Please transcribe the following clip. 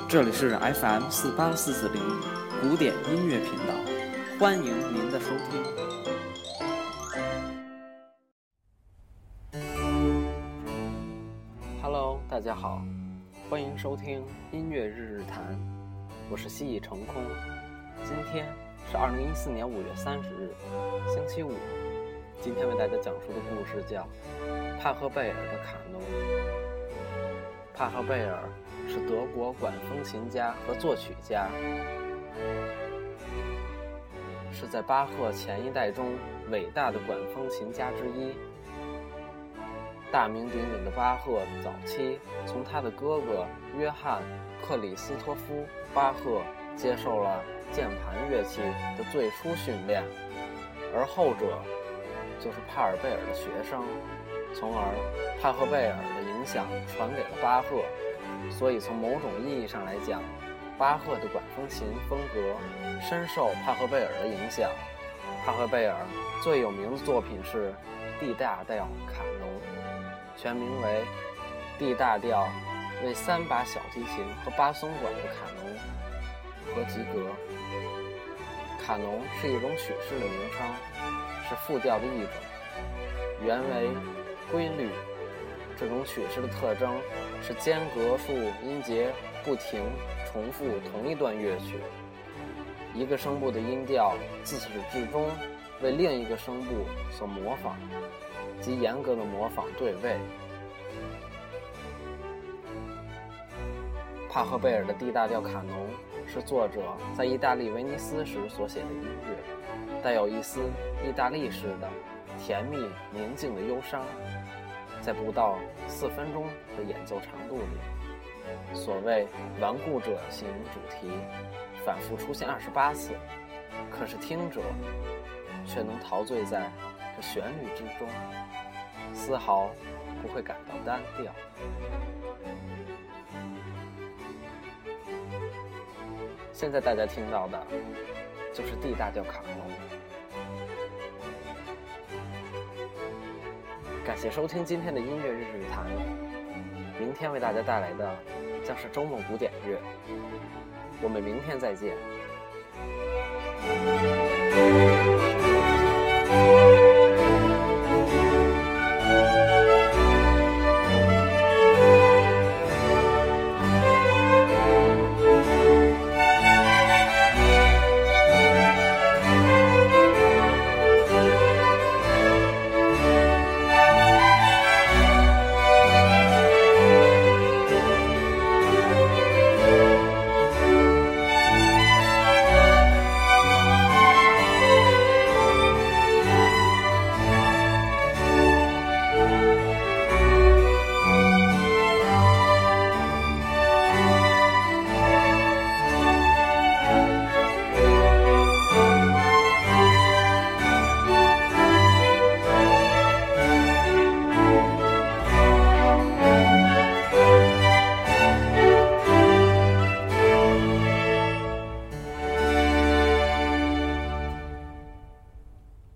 这里是 FM48440古典音乐频道，欢迎您的收听。Hello， 大家好，欢迎收听音乐日日谈，我是蜥蜴成空。今天是2014年5月30日，星期五。今天为大家讲述的故事叫帕赫贝尔的卡农。帕赫贝尔是德国管风琴家和作曲家，是在巴赫前一代中伟大的管风琴家之一。大名鼎鼎的巴赫早期从他的哥哥约翰·克里斯托夫·巴赫接受了键盘乐器的最初训练，而后者就是帕尔贝尔的学生，从而帕赫贝尔的影响传给了巴赫。所以从某种意义上来讲，巴赫的管风琴风格深受帕赫贝尔的影响。帕赫贝尔最有名的作品是 D 大调卡农，全名为 D 大调为3把小提琴和8松管的卡农和吉格。卡农是一种曲式的名称，是复调的一种，原为规律。这种曲式的特征是间隔数音节不停重复同一段乐曲，一个声部的音调自始至终为另一个声部所模仿，即严格的模仿对位。帕赫贝尔的 D 大调卡农是作者在意大利威尼斯时所写的音乐，带有一丝意大利式的甜蜜宁静的忧伤。在不到4分钟的演奏长度里，所谓顽固者型主题反复出现28次，可是听者却能陶醉在这旋律之中，丝毫不会感到单调。现在大家听到的就是 D 大调卡农。感谢收听今天的音乐日日谈，明天为大家带来的将是周末古典乐，我们明天再见。